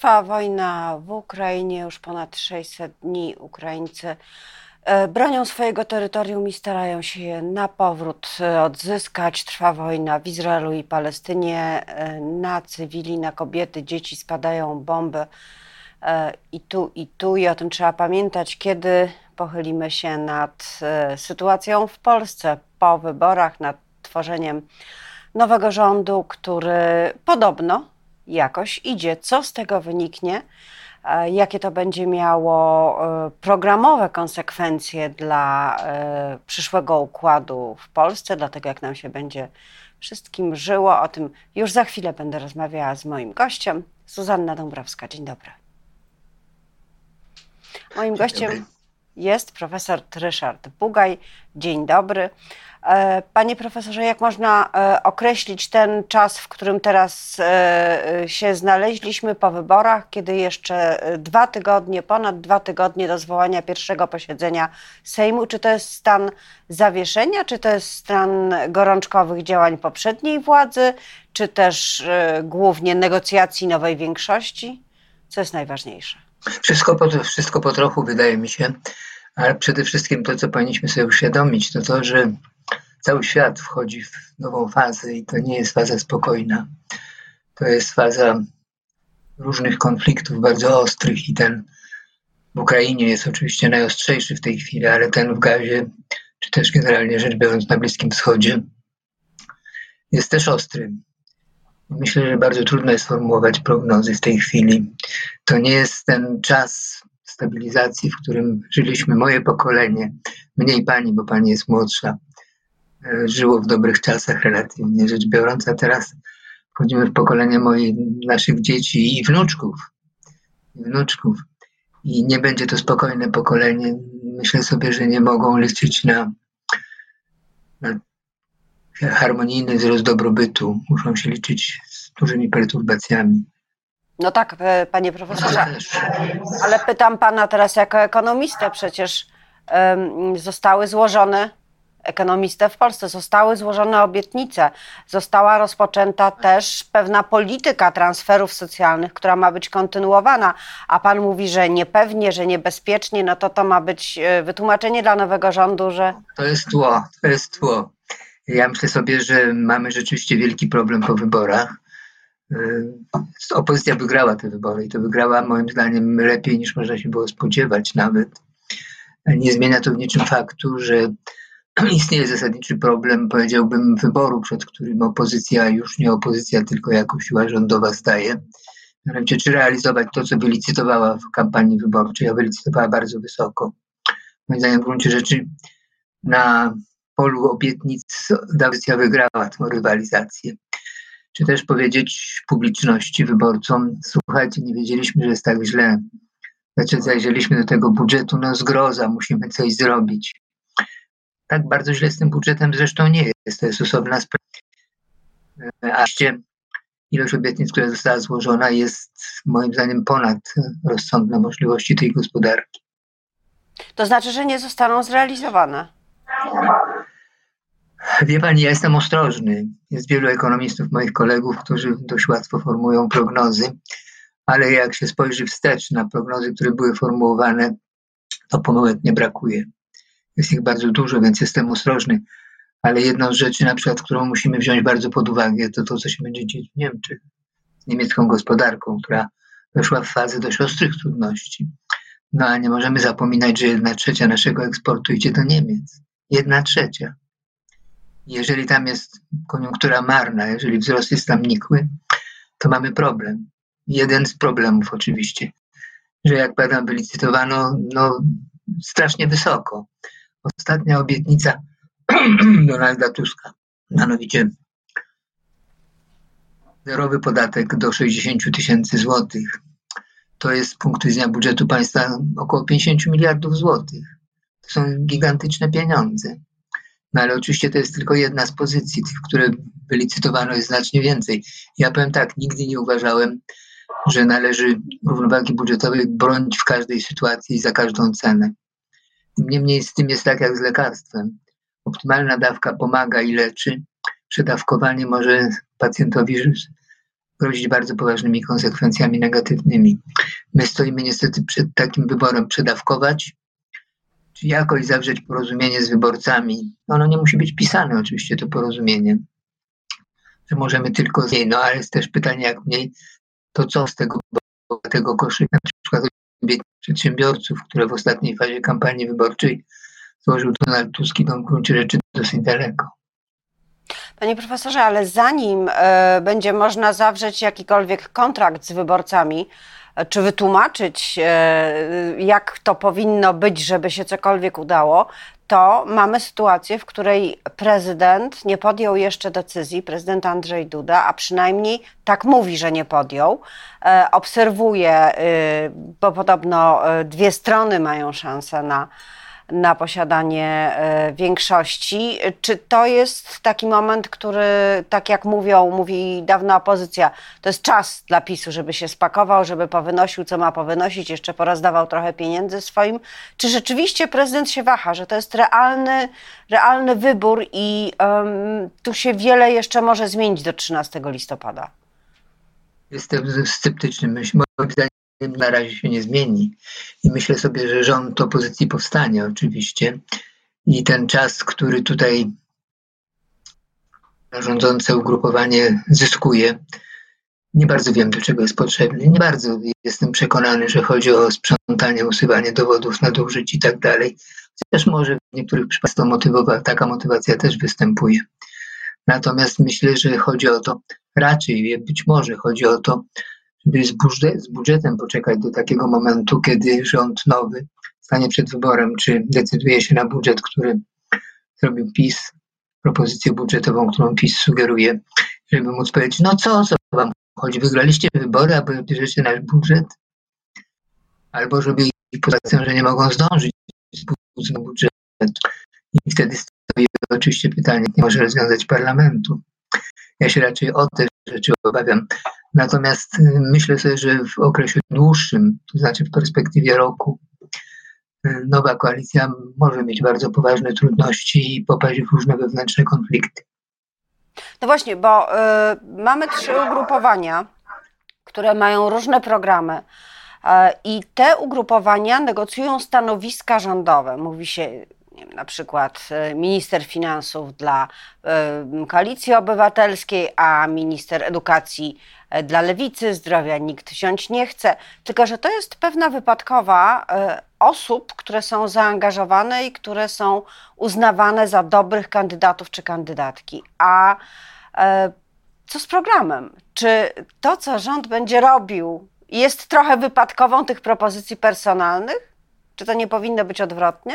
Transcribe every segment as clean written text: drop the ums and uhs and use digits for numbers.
Trwa wojna w Ukrainie, już ponad 600 dni Ukraińcy bronią swojego terytorium i starają się je na powrót odzyskać. Trwa wojna w Izraelu i Palestynie. Na cywili, na kobiety, dzieci spadają bomby i tu. I o tym trzeba pamiętać, kiedy pochylimy się nad sytuacją w Polsce po wyborach, nad tworzeniem nowego rządu, który podobno jakoś idzie. Co z tego wyniknie? Jakie to będzie miało programowe konsekwencje dla przyszłego układu w Polsce, dlatego jak nam się będzie wszystkim żyło. O tym już za chwilę będę rozmawiała z moim gościem, Zuzanna Dąbrowska. Dzień dobry. Moim gościem jest profesor Ryszard Bugaj. Dzień dobry. Panie profesorze, jak można określić ten czas, w którym teraz się znaleźliśmy po wyborach, kiedy jeszcze ponad 2 tygodnie do zwołania pierwszego posiedzenia Sejmu? Czy to jest stan zawieszenia, czy to jest stan gorączkowych działań poprzedniej władzy, czy też głównie negocjacji nowej większości? Co jest najważniejsze? Wszystko po trochu, wydaje mi się, ale przede wszystkim to, co powinniśmy sobie uświadomić, to, że cały świat wchodzi w nową fazę i to nie jest faza spokojna. To jest faza różnych konfliktów bardzo ostrych i ten w Ukrainie jest oczywiście najostrzejszy w tej chwili, ale ten w Gazie, czy też generalnie rzecz biorąc na Bliskim Wschodzie, jest też ostry. Myślę, że bardzo trudno jest formułować prognozy w tej chwili. To nie jest ten czas stabilizacji, w którym żyliśmy. Moje pokolenie, mniej pani, bo pani jest młodsza, żyło w dobrych czasach relatywnie rzecz biorąc, a teraz wchodzimy w pokolenie naszych dzieci i wnuczków. I nie będzie to spokojne pokolenie. Myślę sobie, że nie mogą liczyć na harmonijny wzrost dobrobytu. Muszą się liczyć z dużymi perturbacjami. No tak, panie profesorze, ale pytam pana teraz jako ekonomistę, przecież zostały złożone obietnice, została rozpoczęta też pewna polityka transferów socjalnych, która ma być kontynuowana, a pan mówi, że niepewnie, że niebezpiecznie, no to ma być wytłumaczenie dla nowego rządu, że... To jest tło. Ja myślę sobie, że mamy rzeczywiście wielki problem po wyborach. Opozycja wygrała te wybory i to wygrała moim zdaniem lepiej niż można się było spodziewać nawet. Nie zmienia to w niczym faktu, że istnieje zasadniczy problem, powiedziałbym, wyboru, przed którym opozycja, już nie opozycja, tylko jako siła rządowa staje. Mianowicie, czy realizować to, co wylicytowała w kampanii wyborczej, a wylicytowała bardzo wysoko. Moim zdaniem w gruncie rzeczy na polu obietnic opozycja wygrała tę rywalizację. Czy też powiedzieć publiczności, wyborcom, słuchajcie, nie wiedzieliśmy, że jest tak źle. Znaczy, zajrzeliśmy do tego budżetu, zgroza, musimy coś zrobić. Tak bardzo źle z tym budżetem zresztą nie jest, to jest osobna sprawa. A ilość obietnic, która została złożona, jest moim zdaniem ponad rozsądne możliwości tej gospodarki. To znaczy, że nie zostaną zrealizowane? Wie pani, ja jestem ostrożny. Jest wielu ekonomistów, moich kolegów, którzy dość łatwo formułują prognozy, ale jak się spojrzy wstecz na prognozy, które były formułowane, to pomyłek nie brakuje. Jest ich bardzo dużo, więc jestem ostrożny. Ale jedną z rzeczy, na przykład, którą musimy wziąć bardzo pod uwagę, to to, co się będzie dziać w Niemczech. Z niemiecką gospodarką, która weszła w fazę dość ostrych trudności. A nie możemy zapominać, że 1/3 naszego eksportu idzie do Niemiec. 1/3. Jeżeli tam jest koniunktura marna, jeżeli wzrost jest tam nikły, to mamy problem. Jeden z problemów oczywiście, że jak powiadam, wylicytowano strasznie wysoko. Ostatnia obietnica Donalda Tuska, mianowicie zerowy podatek do 60 000 złotych. To jest z punktu widzenia budżetu państwa około 50 miliardów złotych. To są gigantyczne pieniądze. Ale oczywiście to jest tylko jedna z pozycji, tych, które wylicytowano, jest znacznie więcej. Ja powiem tak, nigdy nie uważałem, że należy równowagi budżetowej bronić w każdej sytuacji i za każdą cenę. Niemniej z tym jest tak jak z lekarstwem. Optymalna dawka pomaga i leczy. Przedawkowanie może pacjentowi grozić bardzo poważnymi konsekwencjami negatywnymi. My stoimy niestety przed takim wyborem: przedawkować, czy jakoś zawrzeć porozumienie z wyborcami. Ono nie musi być pisane oczywiście, to porozumienie, że możemy tylko z niej, no ale jest też pytanie, jak mniej, to co z tego koszyka, na przykład przedsiębiorców, które w ostatniej fazie kampanii wyborczej złożył Donald Tusk, idą w gruncie rzeczy dosyć daleko. Panie profesorze, ale zanim będzie można zawrzeć jakikolwiek kontrakt z wyborcami, czy wytłumaczyć, jak to powinno być, żeby się cokolwiek udało, to mamy sytuację, w której prezydent nie podjął jeszcze decyzji, prezydent Andrzej Duda, a przynajmniej tak mówi, że nie podjął. Obserwuje, bo podobno dwie strony mają szansę na posiadanie większości. Czy to jest taki moment, który, tak jak mówi dawna opozycja, to jest czas dla PiS-u, żeby się spakował, żeby powynosił, co ma powynosić, jeszcze porozdawał trochę pieniędzy swoim? Czy rzeczywiście prezydent się waha, że to jest realny wybór i tu się wiele jeszcze może zmienić do 13 listopada? Jestem sceptyczny. Moim zdaniem na razie się nie zmieni. I myślę sobie, że rząd opozycji powstanie oczywiście. I ten czas, który tutaj rządzące ugrupowanie zyskuje, nie bardzo wiem, do czego jest potrzebny. Nie bardzo jestem przekonany, że chodzi o sprzątanie, usuwanie dowodów nadużyć i tak dalej. Chociaż może w niektórych przypadkach taka motywacja też występuje. Natomiast myślę, że chodzi o to, raczej być może chodzi o to, żeby z budżetem poczekać do takiego momentu, kiedy rząd nowy stanie przed wyborem, czy decyduje się na budżet, który zrobił PiS, propozycję budżetową, którą PiS sugeruje, żeby móc powiedzieć, no co wam chodzi, wygraliście wybory, a bierzecie nasz budżet? Albo żeby ich poza że nie mogą zdążyć z budżetu. I wtedy stoi oczywiście pytanie, nie może rozwiązać parlamentu. Ja się raczej o te rzeczy obawiam. Natomiast myślę sobie, że w okresie dłuższym, to znaczy w perspektywie roku, nowa koalicja może mieć bardzo poważne trudności i popaść w różne wewnętrzne konflikty. No właśnie, bo mamy 3 ugrupowania, które mają różne programy i te ugrupowania negocjują stanowiska rządowe. Mówi się, nie wiem, na przykład minister finansów dla Koalicji Obywatelskiej, a minister edukacji dla Lewicy, zdrowia nikt wziąć nie chce. Tylko że to jest pewna wypadkowa osób, które są zaangażowane i które są uznawane za dobrych kandydatów czy kandydatki. A co z programem? Czy to, co rząd będzie robił, jest trochę wypadkową tych propozycji personalnych? Czy to nie powinno być odwrotnie?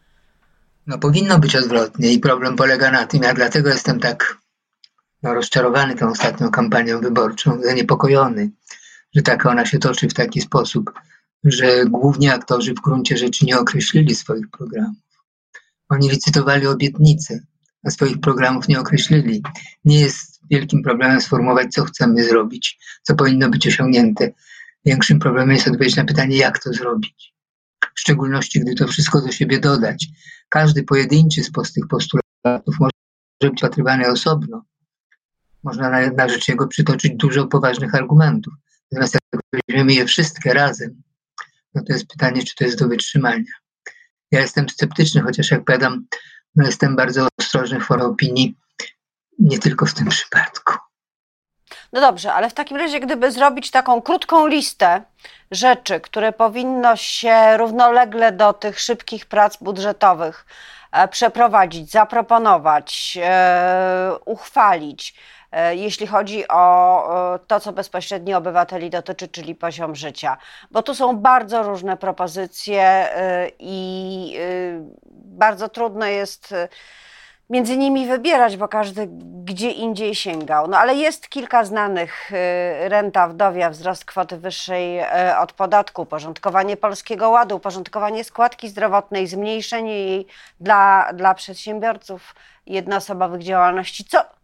No powinno być odwrotnie i problem polega na tym, ja dlatego jestem tak rozczarowany tą ostatnią kampanią wyborczą, zaniepokojony, że tak ona się toczy w taki sposób, że główni aktorzy w gruncie rzeczy nie określili swoich programów. Oni licytowali obietnice, a swoich programów nie określili. Nie jest wielkim problemem sformułować, co chcemy zrobić, co powinno być osiągnięte. Większym problemem jest odpowiedzieć na pytanie, jak to zrobić. W szczególności, gdy to wszystko do siebie dodać. Każdy pojedynczy z tych postulatów może być patrywany osobno. Można na rzecz jego przytoczyć dużo poważnych argumentów. Natomiast jak weźmiemy je wszystkie razem, no to jest pytanie, czy to jest do wytrzymania. Ja jestem sceptyczny, chociaż jak powiadam, jestem bardzo ostrożny w formie opinii, nie tylko w tym przypadku. No dobrze, ale w takim razie, gdyby zrobić taką krótką listę rzeczy, które powinno się równolegle do tych szybkich prac budżetowych przeprowadzić, zaproponować, uchwalić, jeśli chodzi o to, co bezpośrednio obywateli dotyczy, czyli poziom życia. Bo tu są bardzo różne propozycje i bardzo trudno jest między nimi wybierać, bo każdy gdzie indziej sięgał. No ale jest kilka znanych: renta wdowia, wzrost kwoty wyższej od podatku, uporządkowanie Polskiego Ładu, uporządkowanie składki zdrowotnej, zmniejszenie jej dla przedsiębiorców jednoosobowych działalności.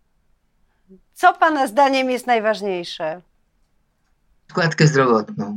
Co Pana zdaniem jest najważniejsze? Składkę zdrowotną.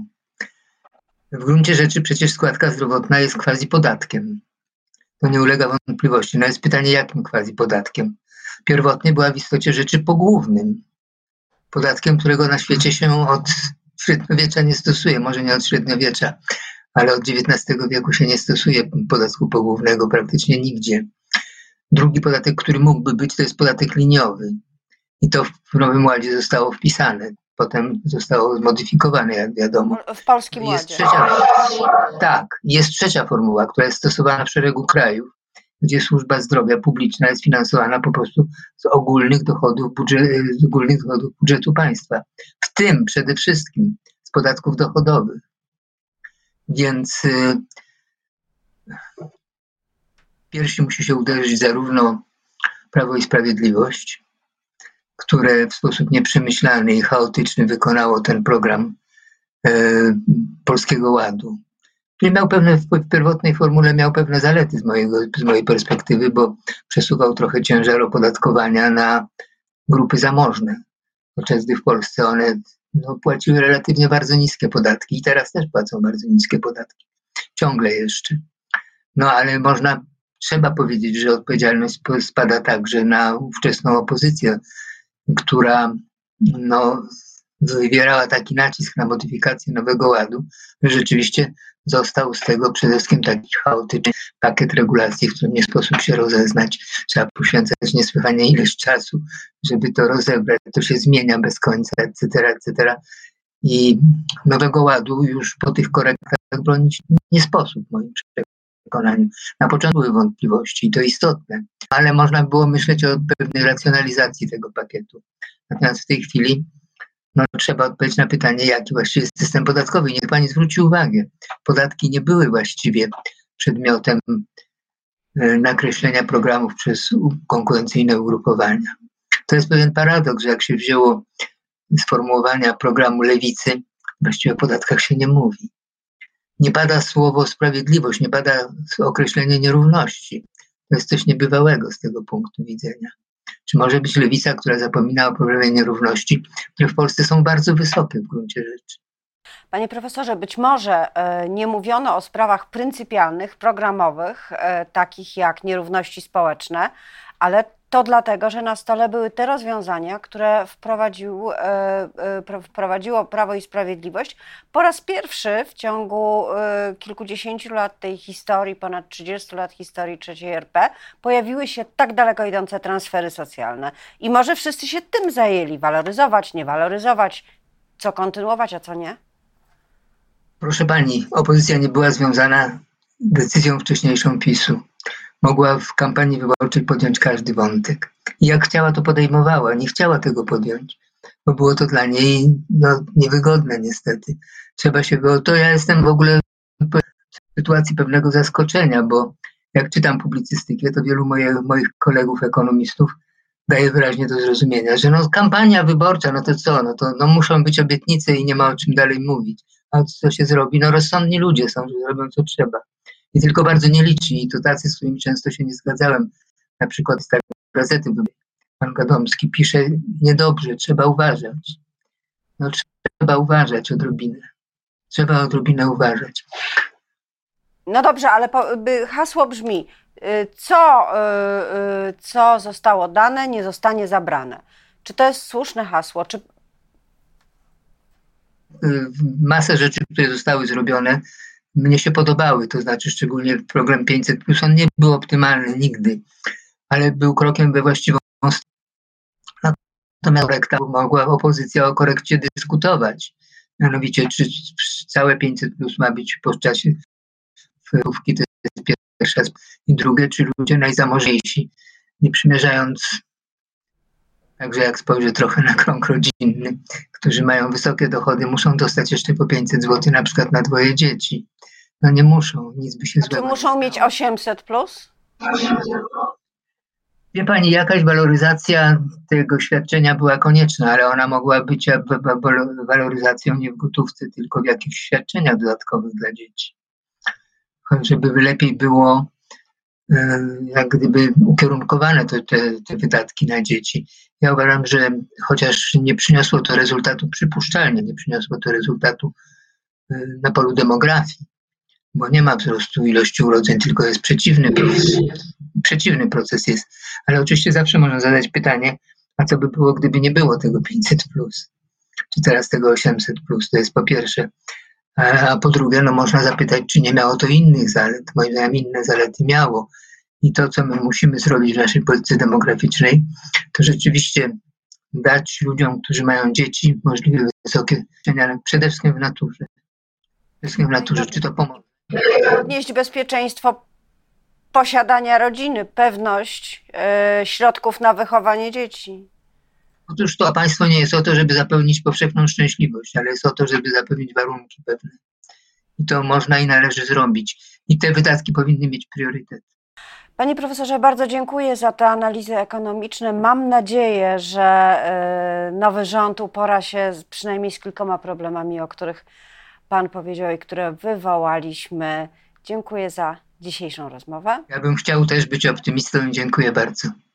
W gruncie rzeczy przecież składka zdrowotna jest quasi podatkiem. To nie ulega wątpliwości. No jest pytanie, jakim quasi podatkiem. Pierwotnie była w istocie rzeczy pogłównym. podatkiem, którego na świecie się od średniowiecza nie stosuje. Może nie od średniowiecza, ale od XIX wieku się nie stosuje podatku pogłównego praktycznie nigdzie. Drugi podatek, który mógłby być, to jest podatek liniowy. I to w Nowym Ładzie zostało wpisane. Potem zostało zmodyfikowane, jak wiadomo. W Polskim Jest Ładzie. jest trzecia formuła, która jest stosowana w szeregu krajów, gdzie służba zdrowia publiczna jest finansowana po prostu z ogólnych dochodów budżetu państwa. W tym przede wszystkim z podatków dochodowych. Więc pierwszy musi się uderzyć zarówno Prawo i Sprawiedliwość, które w sposób nieprzemyślany i chaotyczny wykonało ten program Polskiego Ładu, który miał w pierwotnej formule miał pewne zalety z mojej perspektywy, bo przesuwał trochę ciężar opodatkowania na grupy zamożne, podczas gdy w Polsce one płaciły relatywnie bardzo niskie podatki i teraz też płacą bardzo niskie podatki. Ciągle jeszcze. No ale trzeba powiedzieć, że odpowiedzialność spada także na ówczesną opozycję, która wywierała taki nacisk na modyfikację Nowego Ładu, że rzeczywiście został z tego przede wszystkim taki chaotyczny pakiet regulacji, w którym nie sposób się rozeznać. Trzeba poświęcać niesłychanie ilość czasu, żeby to rozebrać. To się zmienia bez końca, etc. I Nowego Ładu już po tych korektach bronić nie sposób, w moim przekonaniu. Na początku były wątpliwości i to istotne, ale można było myśleć o pewnej racjonalizacji tego pakietu. Natomiast w tej chwili trzeba odpowiedzieć na pytanie, jaki właściwie jest system podatkowy. Niech pani zwróci uwagę, podatki nie były właściwie przedmiotem nakreślenia programów przez konkurencyjne ugrupowania. To jest pewien paradoks, że jak się wzięło sformułowania programu Lewicy, właściwie o podatkach się nie mówi. Nie pada słowo sprawiedliwość, nie pada określenie nierówności. To jest coś niebywałego z tego punktu widzenia. Czy może być lewica, która zapomina o problemie nierówności, które w Polsce są bardzo wysokie w gruncie rzeczy? Panie profesorze, być może nie mówiono o sprawach pryncypialnych, programowych, takich jak nierówności społeczne, ale to dlatego, że na stole były te rozwiązania, które wprowadziło Prawo i Sprawiedliwość po raz pierwszy w ciągu kilkudziesięciu lat tej historii, ponad 30 lat historii III RP, pojawiły się tak daleko idące transfery socjalne. I może wszyscy się tym zajęli, waloryzować, nie waloryzować, co kontynuować, a co nie? Proszę pani, opozycja nie była związana decyzją wcześniejszą PiS-u. Mogła w kampanii wyborczej podjąć każdy wątek. I jak chciała, to podejmowała. Nie chciała tego podjąć, bo było to dla niej niewygodne niestety. To ja jestem w ogóle w sytuacji pewnego zaskoczenia, bo jak czytam publicystykę, to wielu moich kolegów ekonomistów daje wyraźnie do zrozumienia, że kampania wyborcza, to co, muszą być obietnice i nie ma o czym dalej mówić. A co się zrobi? Rozsądni ludzie są, że zrobią co trzeba. I tylko bardzo nieliczni, i to tacy, z którymi często się nie zgadzałem. Na przykład z takiej gazety pan Gadomski pisze niedobrze, trzeba uważać. Trzeba uważać odrobinę. Trzeba odrobinę uważać. No dobrze, ale hasło brzmi, co zostało dane, nie zostanie zabrane. Czy to jest słuszne hasło? Masę rzeczy, które zostały zrobione, mnie się podobały, to znaczy szczególnie program 500+, on nie był optymalny nigdy, ale był krokiem we właściwą stronę. Natomiast mogła opozycja o korekcie dyskutować. Mianowicie, czy całe 500+ ma być po czasie wrówki, to jest pierwsza. I drugie, czy ludzie najzamożniejsi, nie przymierzając, także jak spojrzę trochę na krąg rodzinny, którzy mają wysokie dochody, muszą dostać jeszcze po 500 zł na przykład na 2 dzieci. Nie muszą, nic by się złego. Czy muszą mieć 800+? Wie pani, jakaś waloryzacja tego świadczenia była konieczna, ale ona mogła być waloryzacją nie w gotówce, tylko w jakichś świadczeniach dodatkowych dla dzieci. Żeby lepiej było jak gdyby ukierunkowane te wydatki na dzieci. Ja uważam, że chociaż nie przyniosło to rezultatu, przypuszczalnie nie przyniosło to rezultatu na polu demografii, bo nie ma wzrostu ilości urodzeń, tylko jest przeciwny proces jest. Ale oczywiście zawsze można zadać pytanie, A co by było, gdyby nie było tego 500+, czy teraz tego 800+, to jest po pierwsze. A po drugie, no można zapytać, czy nie miało to innych zalet. Moim zdaniem inne zalety miało. I to, co my musimy zrobić w naszej polityce demograficznej, to rzeczywiście dać ludziom, którzy mają dzieci, możliwie wysokie świadczenia, ale przede wszystkim w naturze. Przede wszystkim w naturze, czy to pomoże. Podnieść bezpieczeństwo posiadania rodziny, pewność środków na wychowanie dzieci. Otóż to państwo nie jest o to, żeby zapewnić powszechną szczęśliwość, ale jest o to, żeby zapewnić warunki pewne. I to można i należy zrobić. I te wydatki powinny mieć priorytet. Panie profesorze, bardzo dziękuję za te analizy ekonomiczne. Mam nadzieję, że nowy rząd upora się przynajmniej z kilkoma problemami, o których Pan powiedział i które wywołaliśmy. Dziękuję za dzisiejszą rozmowę. Ja bym chciał też być optymistą i dziękuję bardzo.